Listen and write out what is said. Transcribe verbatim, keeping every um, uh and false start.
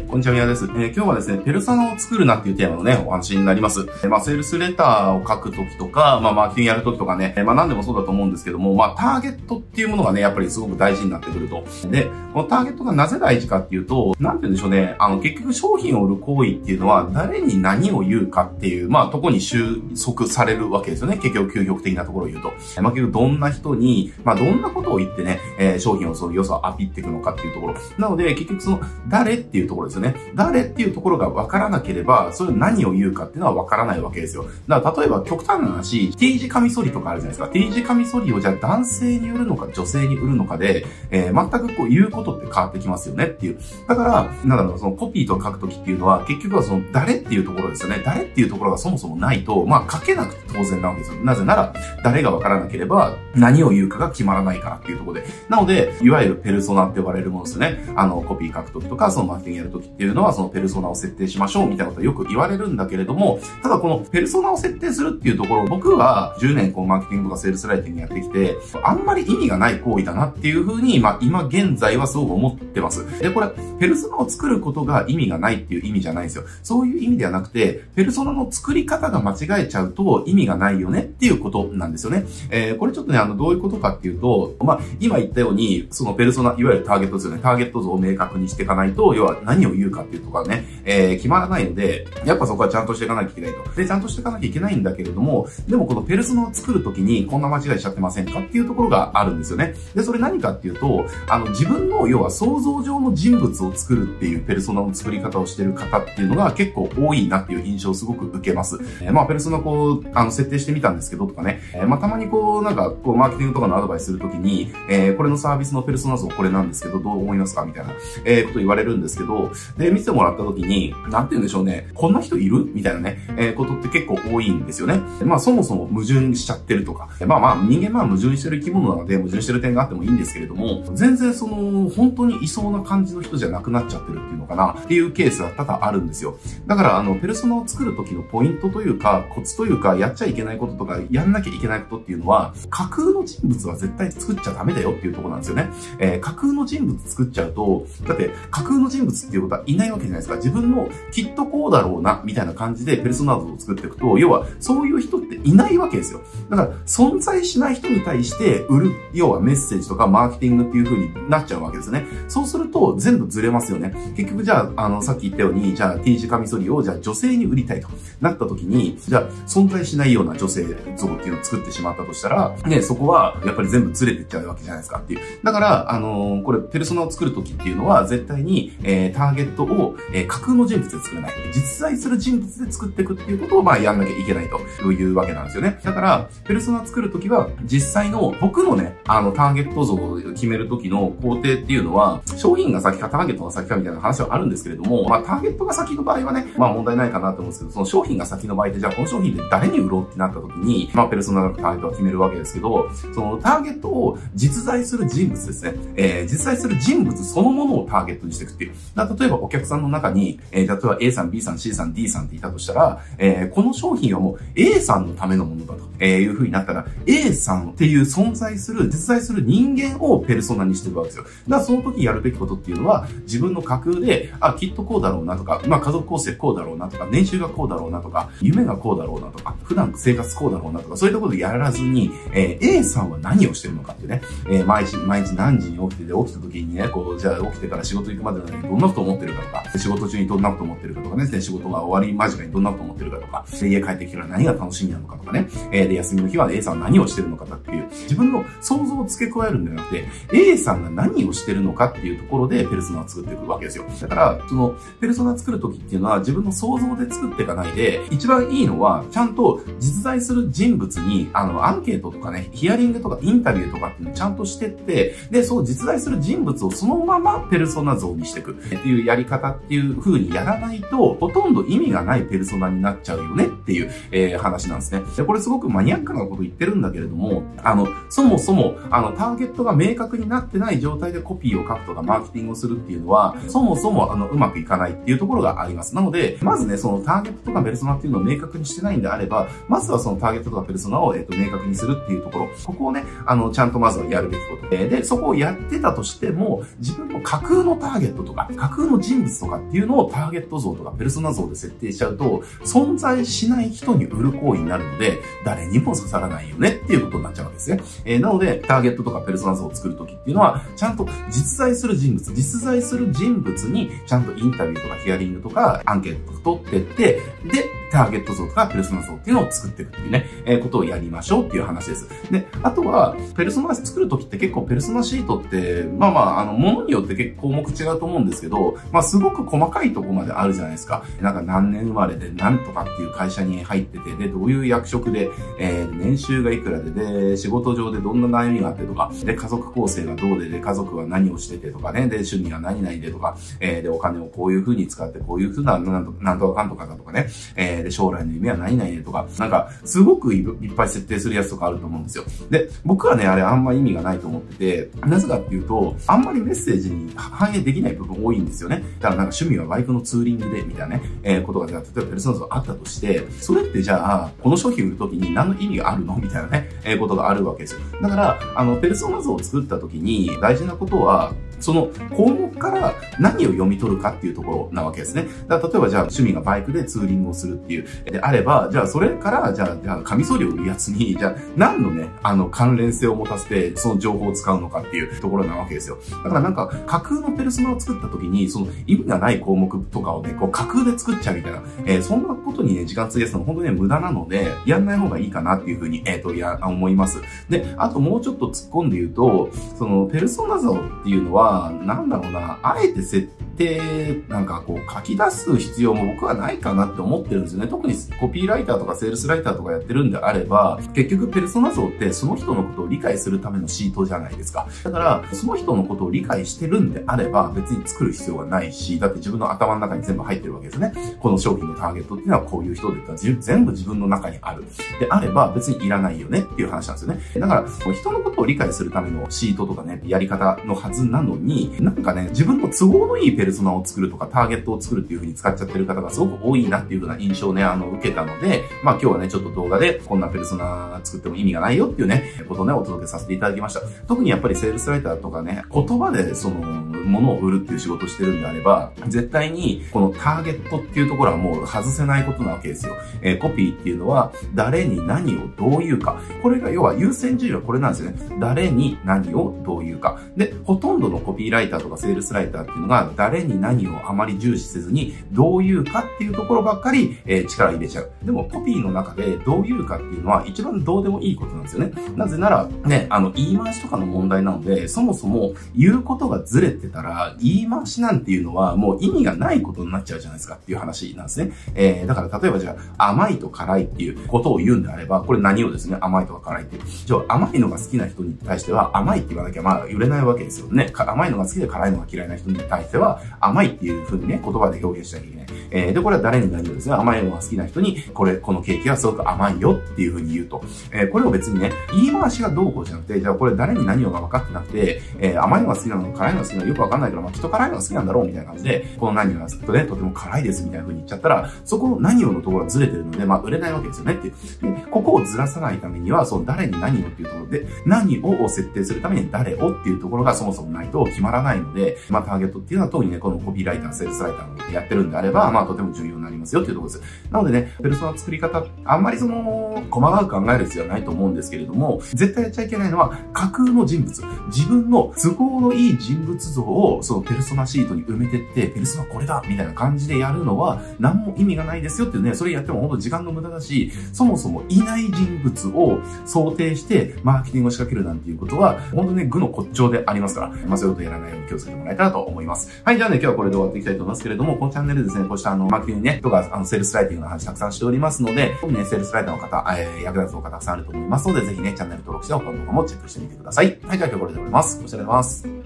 こんにちは、みやです。えー、今日はですね、ペルソナを作るなっていうテーマのね、お話になります。えー、まあ、セールスレターを書くときとか、まあ、マーケティングやるときとかね、えー、まあ、何でもそうだと思うんですけども、まあ、ターゲットっていうものがね、やっぱりすごく大事になってくると。で、このターゲットがなぜ大事かっていうと、なんて言うんでしょうね、あの、結局商品を売る行為っていうのは、誰に何を言うかっていう、まあ、とこに収束されるわけですよね。結局、究極的なところを言うと。まあ、結局、どんな人に、まあ、どんなことを言ってね、えー、商品をそういう良さをアピっていくのかっていうところ。なので、結局その、誰っていうところですよね。誰っていうところが分からなければ、それ何を言うかっていうのは分からないわけですよ。だから例えば極端な話、T 字カミソリとかあるじゃないですか。T 字カミソリをじゃあ男性に売るのか女性に売るのかで、えー、全くこう言うことって変わってきますよねっていう。だから、なんだろう、そのコピーとか書くときっていうのは、結局はその誰っていうところですよね。誰っていうところがそもそもないと、まあ書けなくて当然なわけですよ。なぜなら、誰が分からなければ何を言うかが決まらないからっていうところで。なので、いわゆるペルソナって呼ばれるものですよね。あの、コピー書くときとか、そのマーケティングやるときっていうのは、そのペルソナを設定しましょうみたいなことはよく言われるんだけれども、ただこのペルソナを設定するっていうところ、僕はじゅうねんこうマーケティングとかセールスライティングやってきて、あんまり意味がない行為だなっていうふうに、まあ今現在はすごく思ってます。で、これ、ペルソナを作ることが意味がないっていう意味じゃないんですよ。そういう意味ではなくて、ペルソナの作り方が間違えちゃうと意味がないよねっていうことなんですよね。えー、これちょっとね、あの、どういうことかっていうと、まあ今言ったように、そのペルソナ、いわゆるターゲットですよね。ターゲット像を明確にしていかないと、要は何を言うかっていうところがね、えー、決まらないので、やっぱそこはちゃんとしていかなきゃいけないと。で、ちゃんとしていかなきゃいけないんだけれども、でもこのペルソナを作るときにこんな間違いしちゃってませんかっていうところがあるんですよね。で、それ何かっていうと、あの、自分の要は想像上の人物を作るっていうペルソナの作り方をしてる方っていうのが結構多いなっていう印象をすごく受けます。えー、まあ、ペルソナこう、あの、設定してみたんですけどとかね、えー、まあ、たまにこう、なんか、こう、マーケティングとかのアドバイスするときに、えー、これのサービスのペルソナ像これなんですけど、どう思いますかみたいな、えー、こと言われるんですけど、で、見せてもらったときに、なんて言うんでしょうね、こんな人いるみたいなね、えー、ことって結構多いんですよね。まあ、そもそも矛盾しちゃってるとか、まあまあ、人間まあ矛盾してる生き物なので、矛盾してる点があってもいいんですけれども、全然その、本当にいそうな感じの人じゃなくなっちゃってるっていうのかな、っていうケースが多々あるんですよ。だから、あの、ペルソナを作るときのポイントというか、コツというか、やっちゃいけないこととか、やんなきゃいけないことっていうのは、架空の人物は絶対作っちゃダメだよっていうところなんですよね。えー、架空の人物作っちゃうと、だって架空の人物っていうことはいないわけじゃないですか。自分のきっとこうだろうな、みたいな感じでペルソナ像を作っていくと、要はそういう人っていないわけですよ。だから存在しない人に対して売る、要はメッセージとかマーケティングっていう風になっちゃうわけですね。そうすると全部ずれますよね。結局じゃあ、あの、さっき言ったように、じゃあ T 字カミソリをじゃあ女性に売りたいとなった時に、じゃあ存在しないような女性像っていうのを作ってしまったとしたら、ね、そこはやっぱり全部ずれていっちゃうわけじゃないですかっていう。だから、あのー、これペルソナを作る時っていうのは絶対に、えー、ターゲットを、えー、架空の人物で作らない。実在する人物で作っていくっていうことを、まあ、やんなきゃいけないというわけなんですよね。だから、ペルソナ作るときは、実際の僕のね、あの、ターゲット像を決めるときの工程っていうのは、商品が先かターゲットが先かみたいな話はあるんですけれども、まあ、ターゲットが先の場合はね、まあ、問題ないかなと思うんですけど、その商品が先の場合って、じゃあこの商品で誰に売ろうってなったときに、まあ、ペルソナのターゲットを決めるわけですけど、そのターゲットを実在する人物ですね、えー、実在する人物そのものをターゲットにしていくっていう。例えばお客さんの中に、えー、例えば A さん、B さん、C さん、D さんっていたとしたら、えー、この商品はもう A さんのためのものだと、えー、いう風になったら、A さんっていう存在する、実在する人間をペルソナにしてるわけですよ。だからその時やるべきことっていうのは、自分の架空で、あ、きっとこうだろうなとか、まあ家族構成こうだろうなとか、年収がこうだろうなとか、夢がこうだろうなとか、普段生活こうだろうなとか、そういったことをやらずに、えー、A さんは何をしてるのかっていうね、えー、毎日、毎日何時に起きてて、起きた時にね、こう、じゃあ起きてから仕事行くまでの間にどんなこと思ってるかとか、仕事中にどんなこと思ってるかとかね、仕事が終わり間近にどんなこと思ってるかとか、で家帰ってきたら何が楽しみなのかとかね、えー、で、休みの日は A さんは何をしてるのかっていう、自分の想像を付け加えるんじゃなくて、A さんが何をしてるのかっていうところでペルソナを作っていくわけですよ。だから、その、ペルソナを作るときっていうのは自分の想像で作っていかないで、一番いいのは、ちゃんと実在する人物に、あの、アンケートとかね、ヒアリングとかインタビューとかっていうのをちゃんとしてって、で、そう実在する人物をそのままペルソナ像にしていくっていうやり方っていう風にやらないと、ほとんど意味がないペルソナになっちゃうよねっていう、えー、話なんですね。で、これすごくマニアックなこと言ってるんだけれども、あの、そもそも、あの、ターゲットが明確になってない状態でコピーを書くとかマーケティングをするっていうのは、そもそも、あの、うまくいかないっていうところがあります。なので、まずね、そのターゲットとかペルソナっていうのを明確にしてないんであれば、まずはそのターゲットとかペルソナを、えっと、明確にするっていうところ、ここをね、あの、ちゃんとまずはやるべきこと。で、そこをやってたとしても、自分の架空のターゲットとか、架空の人物とかっていうのをターゲット像とかペルソナ像で設定しちゃうと、存在しない人に売る行為になるので、誰にも刺さらないよねっていうことになっちゃうわけですね。えー、なので、ターゲットとかペルソナ像を作るときっていうのは、ちゃんと実在する人物、実在する人物にちゃんとインタビューとかヒアリングとかアンケートを取ってって、で、ターゲット像とかペルソナ像っていうのを作っていくっていうね、えー、ことをやりましょうっていう話です。で、あとは、ペルソナ作るときって結構ペルソナシートって、まあまあ、あの、ものによって結構項目違うと思うんですけど、まあすごく細かいところまであるじゃないですか。なんか何年生まれで何とかっていう会社に入ってて、で、どういう役職で、えー、年収がいくらで、で、仕事上でどんな悩みがあってとか、で、家族構成がどうで、で、家族は何をしててとかね、で、趣味は何々でとか、えー、で、お金をこういう風に使って、こういう風な、なんとなんとかかんとかだとかね、えー、で、将来の夢は何々でとか、なんか、すごくいっぱい設定するやつとかあると思うんですよ。で、僕はね、あれあんま意味がないと思ってて、なぜかっていうと、あんまりメッセージに反映できない部分多いんですよね。だからなんか趣味はバイクのツーリングで、みたいなね、えー、ことが、例えばペルソナ像あったとして、それってじゃあ、この商品売るときに何の意味があるのみたいなね、えー、ことがあるわけですよ。だから、あの、ペルソナ像を作ったときに大事なことは、その項目から何を読み取るかっていうところなわけですね。だから例えばじゃあ趣味がバイクでツーリングをするっていうであれば、じゃあそれからじゃあ、じゃあカミソリを売るやつに、じゃあ何のね、あの関連性を持たせてその情報を使うのかっていうところなわけですよ。だからなんか架空のペルソナを作った時に、その意味がない項目とかをね、こう架空で作っちゃうみたいな、えー、そんなことにね、時間費やすの本当にね、無駄なので、やんない方がいいかなっていうふうに、えっと、や、思います。で、あともうちょっと突っ込んで言うと、そのペルソナ像っていうのは、なんだろうな、あえて設定、なんかこう書き出す必要も僕はないかなって思ってるんですよね。特にコピーライターとかセールスライターとかやってるんであれば、結局ペルソナ像ってその人のことを理解するためのシートじゃないですか。だから、その人のことを理解してるんであれば、別に作る必要がないし、だって自分の頭の中に全部入ってるわけですね。この商品のターゲットっていうのはこういう人で、全部自分の中にある。であれば、別にいらないよねっていう話なんですよね。だから、人のことを理解するためのシートとかね、やり方のはずなのに、なんかね、自分の都合のいいペルソナを作るとか、ターゲットを作るっていう風に使っちゃってる方がすごく多いなっていう風な印象をね、あの、受けたので、まあ今日はね、ちょっと動画でこんなペルソナ作っても意味がないよっていうね、ことをね、お届けさせていただきました。特にやっぱりセールスライターとかね、言葉でその、ものを売るっていう仕事をしてるんであれば、絶対にこのターゲットっていうところはもう外せないことなわけですよ。えー、コピーっていうのは、誰に何をどう言うか。これが要は優先順位はこれなんですよね。誰に何をどう言うか。で、ほとんどのコピーライターとかセールスライターっていうのが、誰に何をあまり重視せずに、どう言うかっていうところばっかり、えー、力入れちゃう。でも、コピーの中でどう言うかっていうのは一番どうでもいいことなんですよね。なぜなら、ね、あの、言い回しとかの問題なので、そもそも言うことがずれてたら、言い回しなんていうのはもう意味がないことになっちゃうじゃないですかっていう話なんですね。えー、だから例えばじゃあ、甘いと辛いっていうことを言うんであれば、これ何をですね、甘いとか辛いっていう。じゃあ、甘いのが好きな人に対しては、甘いって言わなきゃまあ売れないわけですよね。甘いのが好きで辛いのが嫌いな人に対しては、甘いっていう風にね、言葉で表現しなきゃいけない。えー、で、これは誰に何をですね、甘いのが好きな人に、これ、このケーキはすごく甘いよっていう風に言うと。えー、これを別にね、言い回しがどうこうじゃなくて、じゃあこれ誰に何をが分かってなくて、えー、甘いのが好きなのか辛いのが好きなのかよくわかんないから、まあきっと辛いのが好きなんだろうみたいな感じで、この何をがとね、とても辛いですみたいな風に言っちゃったら、そこの何をのところがずれてるので、まあ売れないわけですよねっていう。で、ここをずらさないためには、その誰に何をっていうところで、何を設定するために誰をっていうところがそもそもないと決まらないので、まあターゲットっていうのは特にね、このコピーライター、セールスライターのやってるんであれば、まあとても重要になりますよっていうところです。なのでね、ペルソナ作り方、あんまりその、細かく考える必要はないと思うんですけれども、絶対やっちゃいけないのは、架空の人物、自分の都合のいい人物像をそのペルソナシートに埋めてって、ペルソナこれだみたいな感じでやるのは、何も意味がないですよっていうね、それやっても本当時間の無駄だし、そもそもいない人物を想定して、マーケティングを仕掛けるなんていうことは、本当にね、愚の骨頂でありますから、まあそういうことやらないように気をつけてもらえたらと思います。はい、じゃあね、今日はこれで終わっていきたいと思いますけれども、このチャンネルでですね、こうしたあの、マーケティングね、とか、あの、セールスライティングの話たくさんしておりますので、特にね、セールスライターの方、えー、役立つ動画たくさんあると思いますので、ぜひね、チャンネル登録して、他の動画もチェックしてみてください。はい、じゃあ今日はこれで終わります。お疲れ様です。